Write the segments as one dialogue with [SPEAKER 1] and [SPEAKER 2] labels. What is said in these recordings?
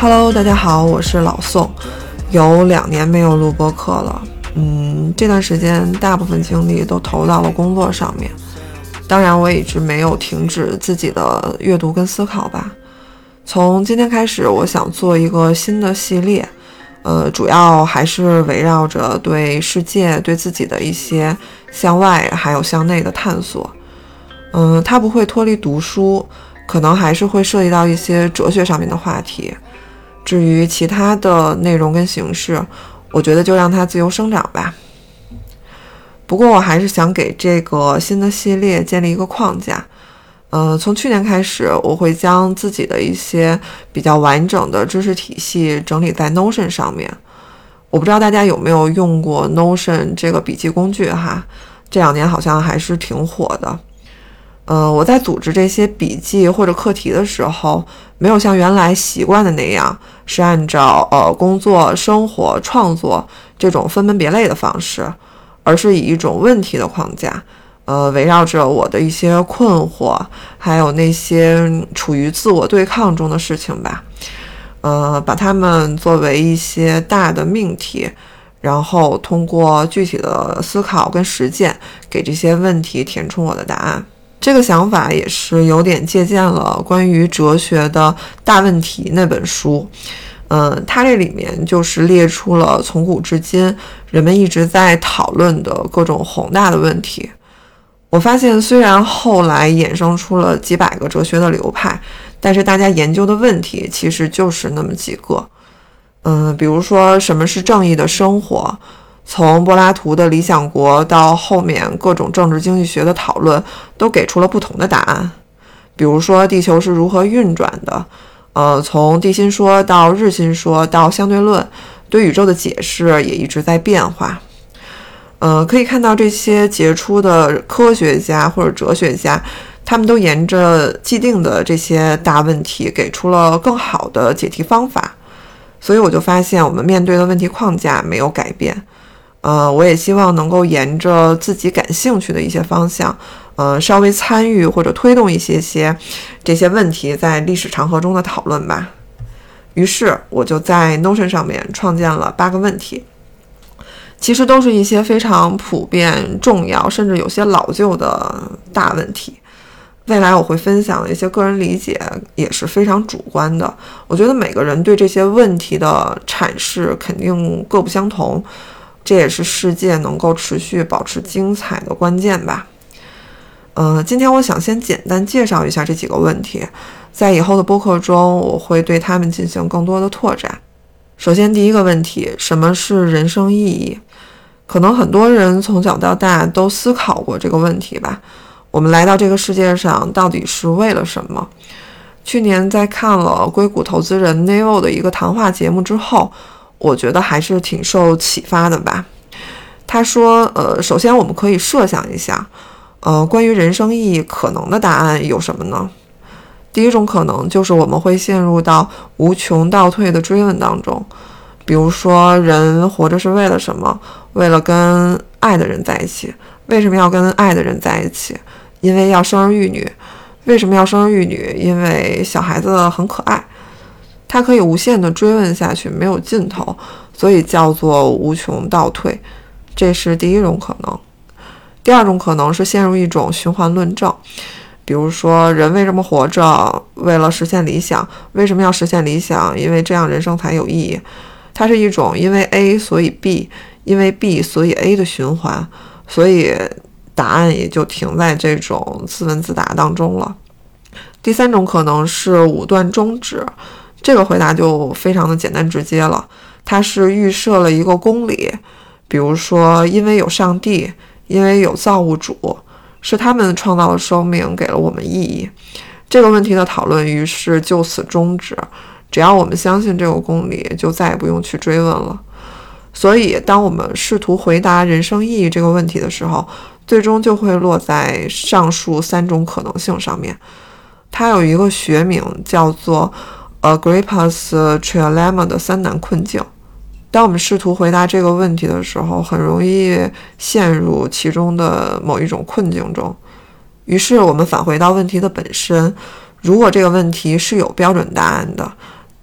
[SPEAKER 1] Hello， 大家好，我是老宋，有2年没有录播客了。这段时间大部分精力都投到了工作上面，当然我也一直没有停止自己的阅读跟思考吧。从今天开始，我想做一个新的系列，主要还是围绕着对世界、对自己的一些向外还有向内的探索。它不会脱离读书，可能还是会涉及到一些哲学上面的话题。至于其他的内容跟形式，我觉得就让它自由生长吧。不过我还是想给这个新的系列建立一个框架。从去年开始，我会将自己的一些比较完整的知识体系整理在 Notion 上面。我不知道大家有没有用过 Notion 这个笔记工具哈，这2年好像还是挺火的。我在组织这些笔记或者课题的时候，没有像原来习惯的那样，是按照工作、生活、创作这种分门别类的方式，而是以一种问题的框架，围绕着我的一些困惑，还有那些处于自我对抗中的事情吧，把它们作为一些大的命题，然后通过具体的思考跟实践，给这些问题填充我的答案。这个想法也是有点借鉴了关于哲学的大问题那本书。它这里面就是列出了从古至今人们一直在讨论的各种宏大的问题。我发现虽然后来衍生出了几百个哲学的流派，但是大家研究的问题其实就是那么几个。比如说什么是正义的生活，从柏拉图的理想国到后面各种政治经济学的讨论都给出了不同的答案。比如说地球是如何运转的，从地心说到日心说到相对论，对宇宙的解释也一直在变化。可以看到这些杰出的科学家或者哲学家，他们都沿着既定的这些大问题给出了更好的解题方法。所以我就发现我们面对的问题框架没有改变。我也希望能够沿着自己感兴趣的一些方向，稍微参与或者推动一些这些问题在历史长河中的讨论吧。于是我就在 Notion 上面创建了8个问题，其实都是一些非常普遍、重要，甚至有些老旧的大问题。未来我会分享的一些个人理解也是非常主观的，我觉得每个人对这些问题的阐释肯定各不相同，这也是世界能够持续保持精彩的关键吧。今天我想先简单介绍一下这几个问题，在以后的播客中我会对他们进行更多的拓展。首先第一个问题，什么是人生意义？可能很多人从小到大都思考过这个问题吧。我们来到这个世界上到底是为了什么？去年在看了硅谷投资人 Neil 的一个谈话节目之后，我觉得还是挺受启发的吧。他说，首先我们可以设想一下，关于人生意义可能的答案有什么呢？第一种可能就是我们会陷入到无穷倒退的追问当中，比如说人活着是为了什么？为了跟爱的人在一起。为什么要跟爱的人在一起？因为要生儿育女。为什么要生儿育女？因为小孩子很可爱。它可以无限的追问下去，没有尽头，所以叫做无穷倒退。这是第一种可能。第二种可能是陷入一种循环论证，比如说人为什么活着？为了实现理想。为什么要实现理想？因为这样人生才有意义。它是一种因为 A 所以 B， 因为 B 所以 A 的循环，所以答案也就停在这种自问自答当中了。第三种可能是武断终止，这个回答就非常的简单直接了，它是预设了一个公理，比如说因为有上帝，因为有造物主，是他们创造了生命，给了我们意义。这个问题的讨论于是就此终止，只要我们相信这个公理，就再也不用去追问了。所以当我们试图回答人生意义这个问题的时候，最终就会落在上述3种可能性上面。它有一个学名叫做 Agrippa's Trilemma 的3难困境。当我们试图回答这个问题的时候，很容易陷入其中的某一种困境中。于是我们返回到问题的本身，如果这个问题是有标准答案的，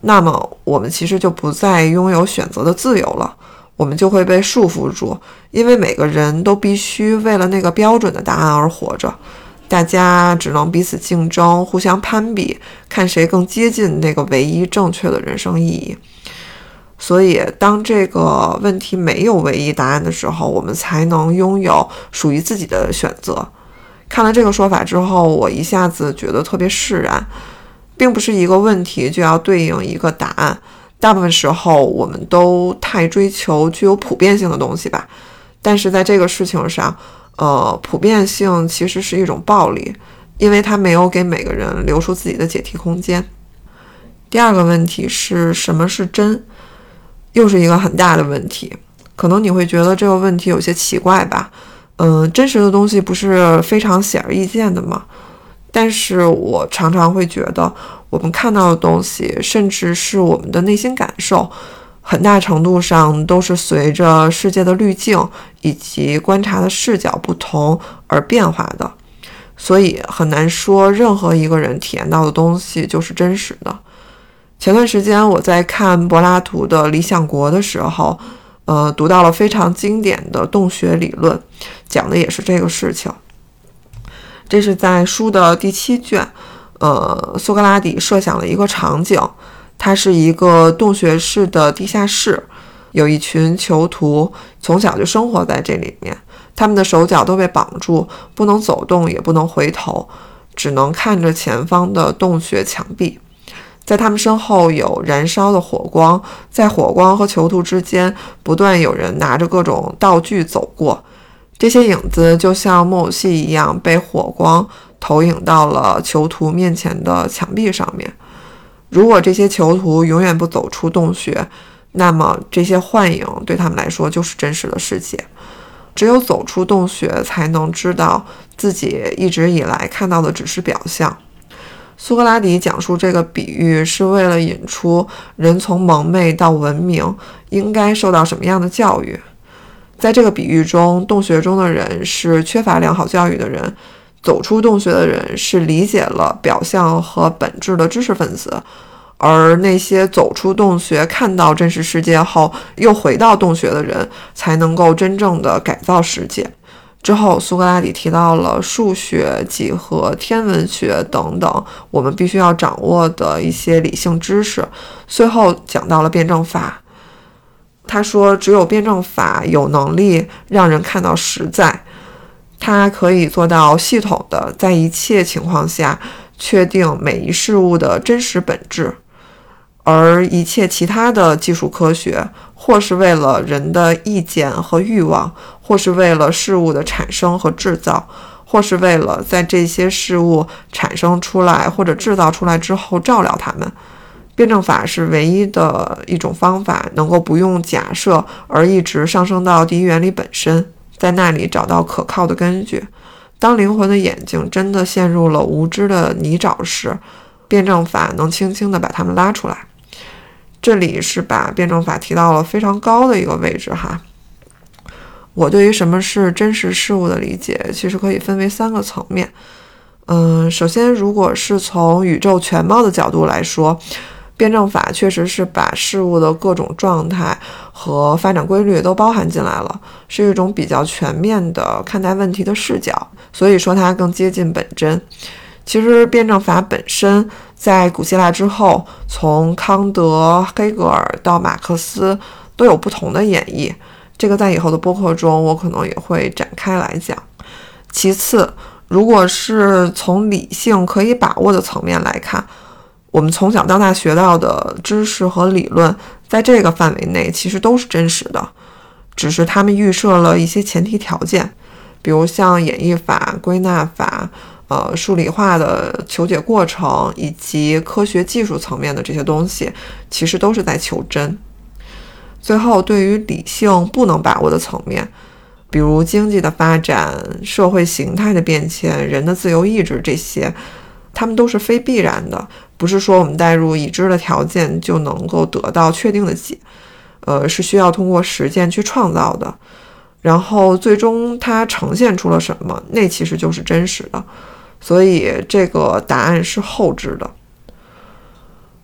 [SPEAKER 1] 那么我们其实就不再拥有选择的自由了，我们就会被束缚住，因为每个人都必须为了那个标准的答案而活着，大家只能彼此竞争，互相攀比，看谁更接近那个唯一正确的人生意义。所以当这个问题没有唯一答案的时候，我们才能拥有属于自己的选择。看了这个说法之后，我一下子觉得特别释然，并不是一个问题就要对应一个答案，大部分时候我们都太追求具有普遍性的东西吧，但是在这个事情上普遍性其实是一种暴力，因为它没有给每个人留出自己的解题空间。第二个问题是什么是真，又是一个很大的问题。可能你会觉得这个问题有些奇怪吧，真实的东西不是非常显而易见的吗？但是我常常会觉得，我们看到的东西，甚至是我们的内心感受，很大程度上都是随着世界的滤镜以及观察的视角不同而变化的，所以很难说任何一个人体验到的东西就是真实的。前段时间我在看柏拉图的《理想国》的时候，读到了非常经典的洞穴理论，讲的也是这个事情。这是在书的第7卷，苏格拉底设想了一个场景，它是一个洞穴式的地下室，有一群囚徒从小就生活在这里面，他们的手脚都被绑住，不能走动也不能回头，只能看着前方的洞穴墙壁。在他们身后有燃烧的火光，在火光和囚徒之间不断有人拿着各种道具走过，这些影子就像木偶戏一样被火光投影到了囚徒面前的墙壁上面。如果这些囚徒永远不走出洞穴，那么这些幻影对他们来说就是真实的世界。只有走出洞穴，才能知道自己一直以来看到的只是表象。苏格拉底讲述这个比喻是为了引出人从蒙昧到文明应该受到什么样的教育。在这个比喻中，洞穴中的人是缺乏良好教育的人，走出洞穴的人是理解了表象和本质的知识分子，而那些走出洞穴看到真实世界后又回到洞穴的人才能够真正的改造世界。之后苏格拉底提到了数学、几何、天文学等等我们必须要掌握的一些理性知识，最后讲到了辩证法。他说只有辩证法有能力让人看到实在，它可以做到系统的在一切情况下确定每一事物的真实本质，而一切其他的技术科学或是为了人的意见和欲望，或是为了事物的产生和制造，或是为了在这些事物产生出来或者制造出来之后照料它们。辩证法是唯一的一种方法，能够不用假设而一直上升到第一原理本身，在那里找到可靠的根据。当灵魂的眼睛真的陷入了无知的泥沼时，辩证法能轻轻地把它们拉出来。这里是把辩证法提到了非常高的一个位置哈。我对于什么是真实事物的理解其实可以分为3个层面。首先如果是从宇宙全貌的角度来说，辩证法确实是把事物的各种状态和发展规律都包含进来了，是一种比较全面的看待问题的视角，所以说它更接近本真。其实辩证法本身在古希腊之后，从康德、黑格尔到马克思都有不同的演绎，这个在以后的播客中我可能也会展开来讲。其次，如果是从理性可以把握的层面来看，我们从小到大学到的知识和理论在这个范围内其实都是真实的，只是他们预设了一些前提条件，比如像演绎法、归纳法、数理化的求解过程以及科学技术层面的这些东西，其实都是在求真。最后，对于理性不能把握的层面，比如经济的发展、社会形态的变迁、人的自由意志，这些它们都是非必然的，不是说我们带入已知的条件就能够得到确定的解，是需要通过实践去创造的。然后最终它呈现出了什么，那其实就是真实的。所以这个答案是后置的。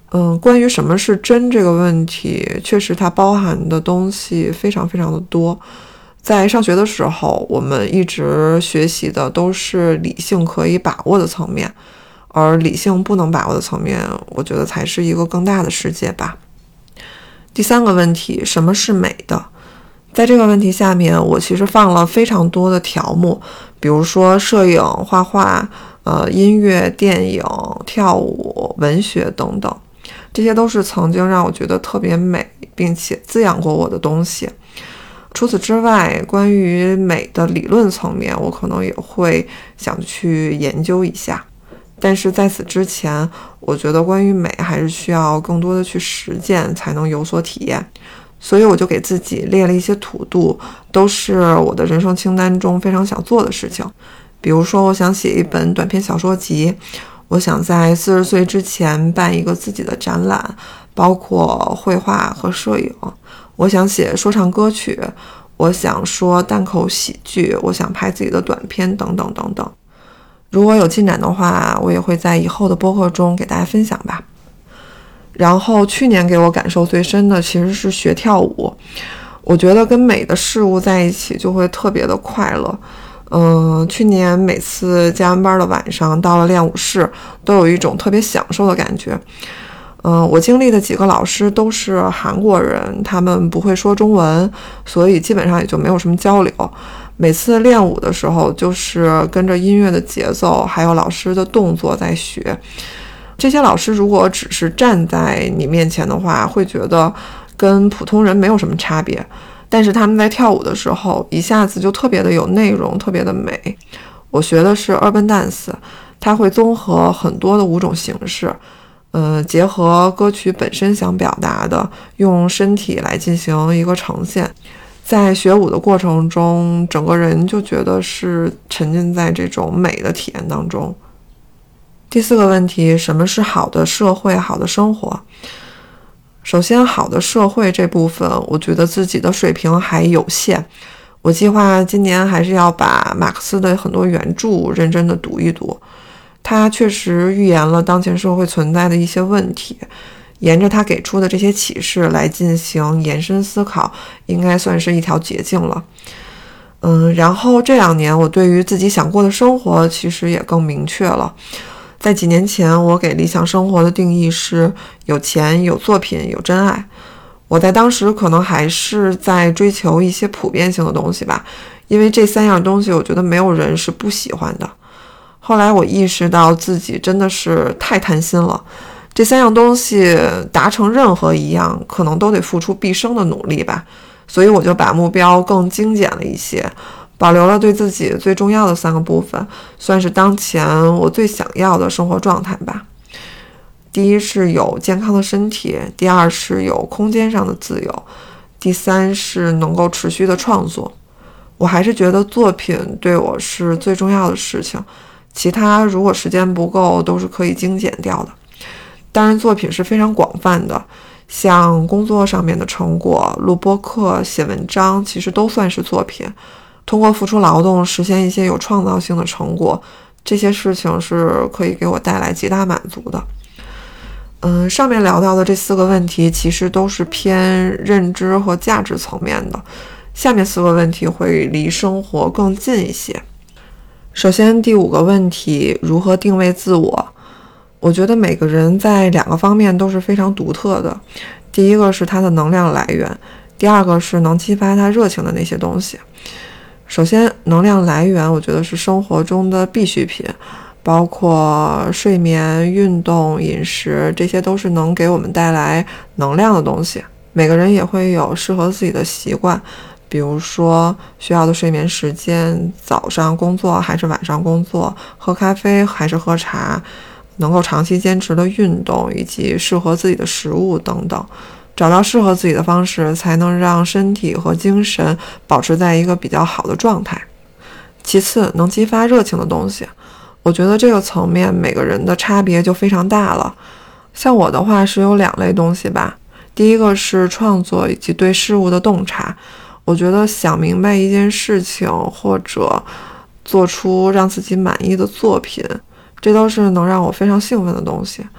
[SPEAKER 1] 关于什么是真这个问题，确实它包含的东西非常非常的多。在上学的时候，我们一直学习的都是理性可以把握的层面，而理性不能把握的层面，我觉得才是一个更大的世界吧。第三个问题，什么是美的？在这个问题下面，我其实放了非常多的条目，比如说摄影、画画、音乐、电影、跳舞、文学等等，这些都是曾经让我觉得特别美并且滋养过我的东西。除此之外，关于美的理论层面，我可能也会想去研究一下。但是在此之前，我觉得关于美还是需要更多的去实践才能有所体验。所以我就给自己列了一些to do，都是我的人生清单中非常想做的事情。比如说，我想写一本短篇小说集，我想在40岁之前办一个自己的展览，包括绘画和摄影。我想写说唱歌曲，我想说单口喜剧，我想拍自己的短片等等等等。如果有进展的话，我也会在以后的播客中给大家分享吧。然后去年给我感受最深的其实是学跳舞，我觉得跟美的事物在一起就会特别的快乐。去年每次加完班的晚上到了练舞室，都有一种特别享受的感觉。我经历的几个老师都是韩国人，他们不会说中文，所以基本上也就没有什么交流。每次练舞的时候，就是跟着音乐的节奏，还有老师的动作在学。这些老师如果只是站在你面前的话，会觉得跟普通人没有什么差别，但是他们在跳舞的时候一下子就特别的有内容，特别的美。我学的是 Urban Dance， 它会综合很多的舞种形式，结合歌曲本身想表达的，用身体来进行一个呈现。在学舞的过程中，整个人就觉得是沉浸在这种美的体验当中。第四个问题，什么是好的社会、好的生活？首先，好的社会这部分，我觉得自己的水平还有限。我计划今年还是要把马克思的很多原著认真的读一读。他确实预言了当前社会存在的一些问题，沿着他给出的这些启示来进行延伸思考，应该算是一条捷径了。然后这2年我对于自己想过的生活其实也更明确了。在几年前，我给理想生活的定义是有钱、有作品、有真爱。我在当时可能还是在追求一些普遍性的东西吧，因为这3样东西我觉得没有人是不喜欢的。后来我意识到自己真的是太贪心了，这3样东西达成任何一样可能都得付出毕生的努力吧，所以我就把目标更精简了一些，保留了对自己最重要的3个部分，算是当前我最想要的生活状态吧。第一是有健康的身体，第二是有空间上的自由，第三是能够持续的创作。我还是觉得作品对我是最重要的事情，其他如果时间不够都是可以精简掉的。当然作品是非常广泛的，像工作上面的成果、录播课、写文章，其实都算是作品。通过付出劳动实现一些有创造性的成果，这些事情是可以给我带来极大满足的。上面聊到的这4个问题其实都是偏认知和价值层面的，下面4个问题会离生活更近一些。首先第5个问题，如何定位自我？我觉得每个人在2个方面都是非常独特的，第一个是他的能量来源，第二个是能激发他热情的那些东西。首先能量来源我觉得是生活中的必需品，包括睡眠、运动、饮食，这些都是能给我们带来能量的东西。每个人也会有适合自己的习惯，比如说需要的睡眠时间，早上工作还是晚上工作，喝咖啡还是喝茶，能够长期坚持的运动，以及适合自己的食物等等。找到适合自己的方式，才能让身体和精神保持在一个比较好的状态。其次，能激发热情的东西，我觉得这个层面每个人的差别就非常大了。像我的话是有2类东西吧，第一个是创作以及对事物的洞察，我觉得想明白一件事情或者做出让自己满意的作品，这都是能让我非常兴奋的东西。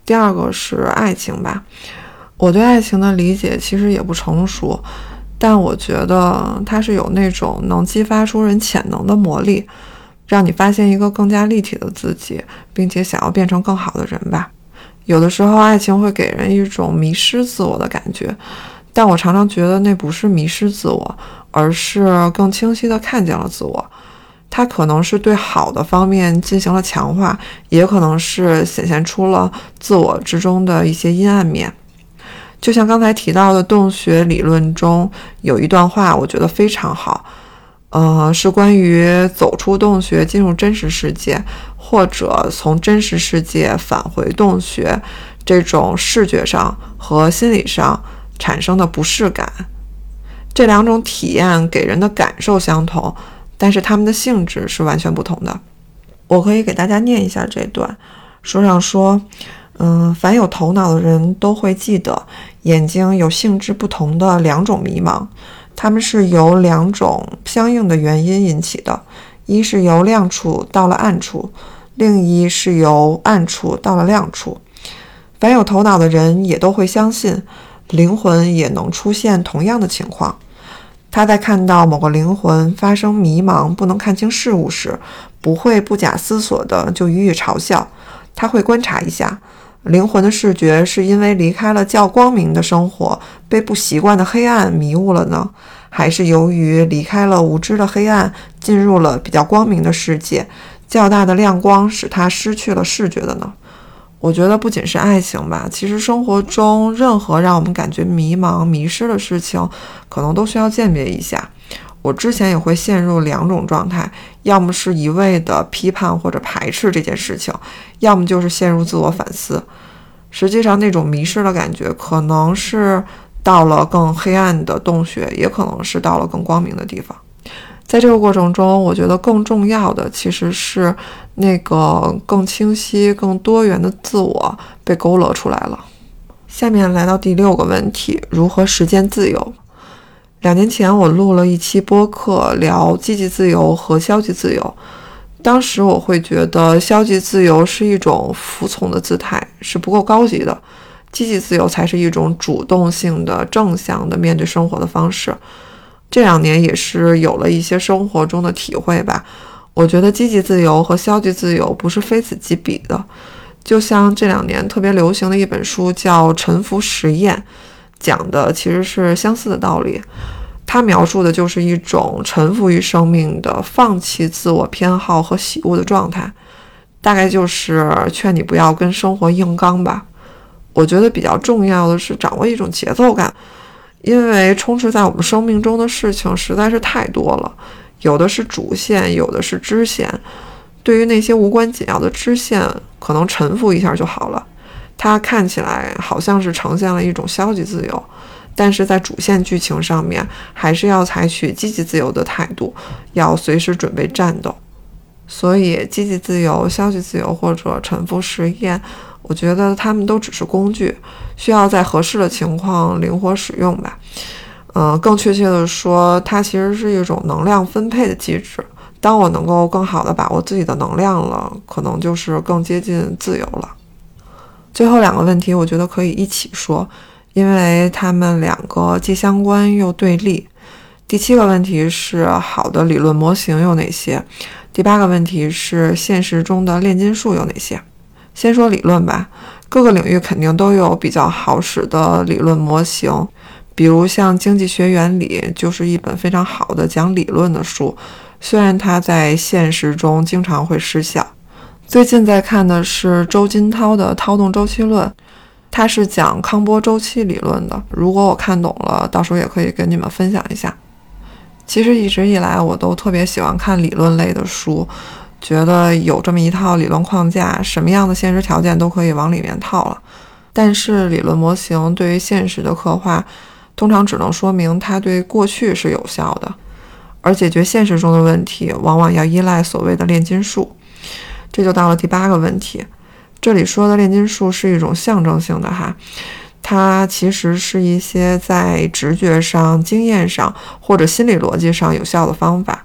[SPEAKER 1] 第二个是爱情吧，我对爱情的理解其实也不成熟，但我觉得它是有那种能激发出人潜能的魔力，让你发现一个更加立体的自己，并且想要变成更好的人吧。有的时候爱情会给人一种迷失自我的感觉，但我常常觉得那不是迷失自我，而是更清晰地看见了自我。它可能是对好的方面进行了强化，也可能是显现出了自我之中的一些阴暗面。就像刚才提到的洞穴理论中有一段话，我觉得非常好，是关于走出洞穴进入真实世界，或者从真实世界返回洞穴这种视觉上和心理上产生的不适感。这两种体验给人的感受相同，但是它们的性质是完全不同的。我可以给大家念一下这段，书上说，凡有头脑的人都会记得，眼睛有性质不同的两种迷茫，它们是由两种相应的原因引起的，一是由亮处到了暗处，另一是由暗处到了亮处。凡有头脑的人也都会相信，灵魂也能出现同样的情况。他在看到某个灵魂发生迷茫不能看清事物时，不会不假思索的就予以嘲笑，他会观察一下，灵魂的视觉是因为离开了较光明的生活，被不习惯的黑暗迷雾了呢，还是由于离开了无知的黑暗，进入了比较光明的世界，较大的亮光使他失去了视觉的呢？我觉得不仅是爱情吧，其实生活中任何让我们感觉迷茫迷失的事情，可能都需要鉴别一下。我之前也会陷入两种状态，要么是一味的批判或者排斥这件事情，要么就是陷入自我反思。实际上那种迷失的感觉，可能是到了更黑暗的洞穴，也可能是到了更光明的地方。在这个过程中，我觉得更重要的其实是那个更清晰更多元的自我被勾勒出来了。下面来到第6个问题，如何实践自由。2年前我录了一期播客，聊积极自由和消极自由。当时我会觉得消极自由是一种服从的姿态，是不够高级的，积极自由才是一种主动性的正向的面对生活的方式。这2年也是有了一些生活中的体会吧，我觉得积极自由和消极自由不是非此即彼的。就像这2年特别流行的一本书叫《沉浮实验》，讲的其实是相似的道理。它描述的就是一种臣服于生命的放弃自我偏好和喜恶的状态，大概就是劝你不要跟生活硬刚吧。我觉得比较重要的是掌握一种节奏感，因为充斥在我们生命中的事情实在是太多了，有的是主线，有的是支线。对于那些无关紧要的支线，可能臣服一下就好了。它看起来好像是呈现了一种消极自由，但是在主线剧情上面，还是要采取积极自由的态度，要随时准备战斗。所以积极自由、消极自由或者沉浮实验，我觉得他们都只是工具，需要在合适的情况灵活使用吧。更确切的说，它其实是一种能量分配的机制。当我能够更好的把握自己的能量了，可能就是更接近自由了。最后2个问题我觉得可以一起说，因为它们2个既相关又对立。第7个问题是好的理论模型有哪些？第8个问题是现实中的炼金术有哪些？先说理论吧，各个领域肯定都有比较好使的理论模型，比如像经济学原理就是一本非常好的讲理论的书，虽然它在现实中经常会失效。最近在看的是周金涛的涛动周期论，他是讲康波周期理论的，如果我看懂了，到时候也可以跟你们分享一下。其实一直以来我都特别喜欢看理论类的书，觉得有这么一套理论框架，什么样的现实条件都可以往里面套了。但是理论模型对于现实的刻画，通常只能说明它对过去是有效的，而解决现实中的问题往往要依赖所谓的炼金术。这就到了第8个问题，这里说的炼金术是一种象征性的哈，它其实是一些在直觉上、经验上或者心理逻辑上有效的方法，它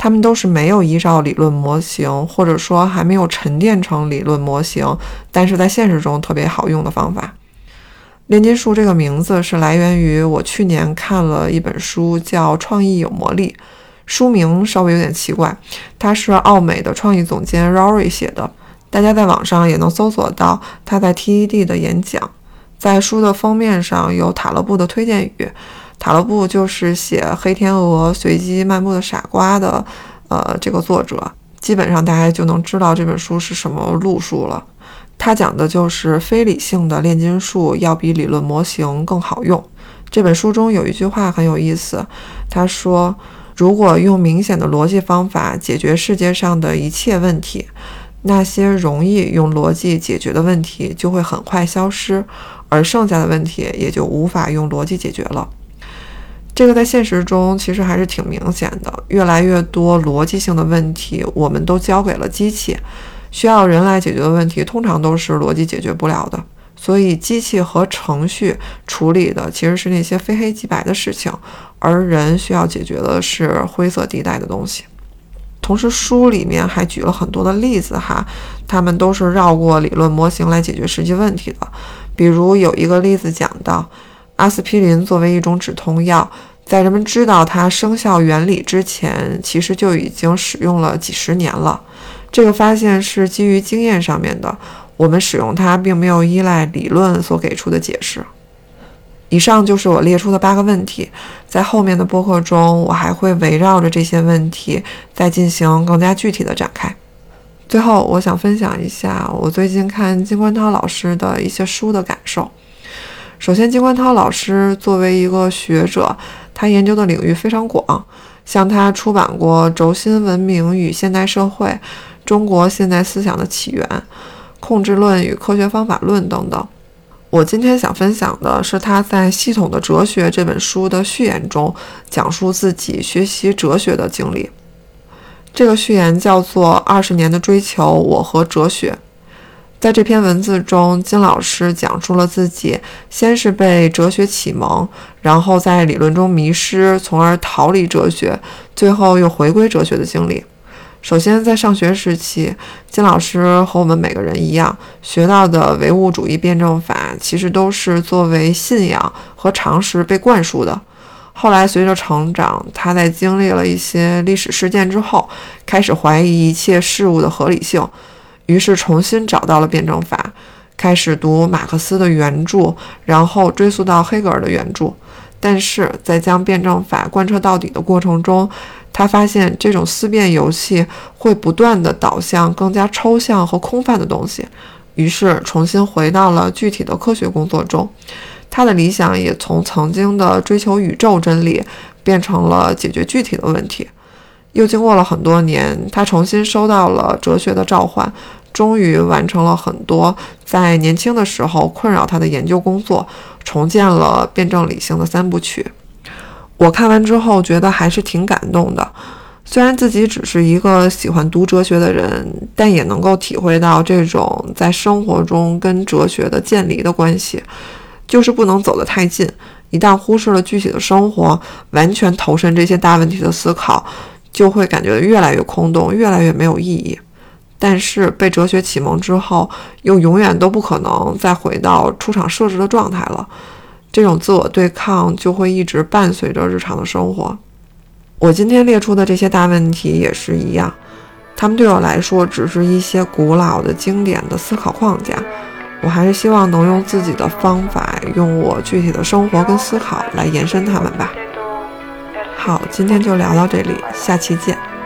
[SPEAKER 1] 他们都是没有依照理论模型，或者说还没有沉淀成理论模型，但是在现实中特别好用的方法。炼金术这个名字是来源于我去年看了一本书，叫《创意有魔力》，书名稍微有点奇怪，它是奥美的创意总监 Rory 写的，大家在网上也能搜索到他在 TED 的演讲。在书的封面上有塔勒布的推荐语，塔勒布就是写《黑天鹅》随机漫步的傻瓜的这个作者，基本上大家就能知道这本书是什么路数了。他讲的就是非理性的炼金术要比理论模型更好用。这本书中有一句话很有意思，他说，如果用明显的逻辑方法解决世界上的一切问题，那些容易用逻辑解决的问题就会很快消失，而剩下的问题也就无法用逻辑解决了。这个在现实中其实还是挺明显的，越来越多逻辑性的问题我们都交给了机器，需要人来解决的问题通常都是逻辑解决不了的，所以机器和程序处理的其实是那些非黑即白的事情，而人需要解决的是灰色地带的东西。同时书里面还举了很多的例子哈，他们都是绕过理论模型来解决实际问题的。比如有一个例子讲到，阿司匹林作为一种止痛药，在人们知道它生效原理之前，其实就已经使用了几十年了。这个发现是基于经验上面的，我们使用它并没有依赖理论所给出的解释。以上就是我列出的8个问题，在后面的播客中，我还会围绕着这些问题再进行更加具体的展开。最后，我想分享一下我最近看金冠涛老师的一些书的感受。首先，金冠涛老师作为一个学者，他研究的领域非常广，像他出版过《轴心文明与现代社会》、《中国现代思想的起源》、《控制论与科学方法论》等等。我今天想分享的是他在《系统的哲学》这本书的序言中讲述自己学习哲学的经历。这个序言叫做20年的追求，我和哲学。在这篇文字中，金老师讲述了自己先是被哲学启蒙，然后在理论中迷失，从而逃离哲学，最后又回归哲学的经历。首先，在上学时期，金老师和我们每个人一样，学到的唯物主义辩证法其实都是作为信仰和常识被灌输的。后来随着成长，他在经历了一些历史事件之后，开始怀疑一切事物的合理性，于是重新找到了辩证法，开始读马克思的原著，然后追溯到黑格尔的原著。但是在将辩证法贯彻到底的过程中，他发现这种思辨游戏会不断地导向更加抽象和空泛的东西，于是重新回到了具体的科学工作中。他的理想也从曾经的追求宇宙真理变成了解决具体的问题。又经过了很多年，他重新收到了哲学的召唤，终于完成了很多在年轻的时候困扰他的研究工作，重建了辩证理性的3部曲。我看完之后觉得还是挺感动的，虽然自己只是一个喜欢读哲学的人，但也能够体会到这种在生活中跟哲学的渐离的关系，就是不能走得太近，一旦忽视了具体的生活，完全投身这些大问题的思考，就会感觉越来越空洞，越来越没有意义。但是被哲学启蒙之后，又永远都不可能再回到出厂设置的状态了，这种自我对抗就会一直伴随着日常的生活。我今天列出的这些大问题也是一样，他们对我来说只是一些古老的经典的思考框架，我还是希望能用自己的方法，用我具体的生活跟思考来延伸它们吧。好，今天就聊到这里，下期见。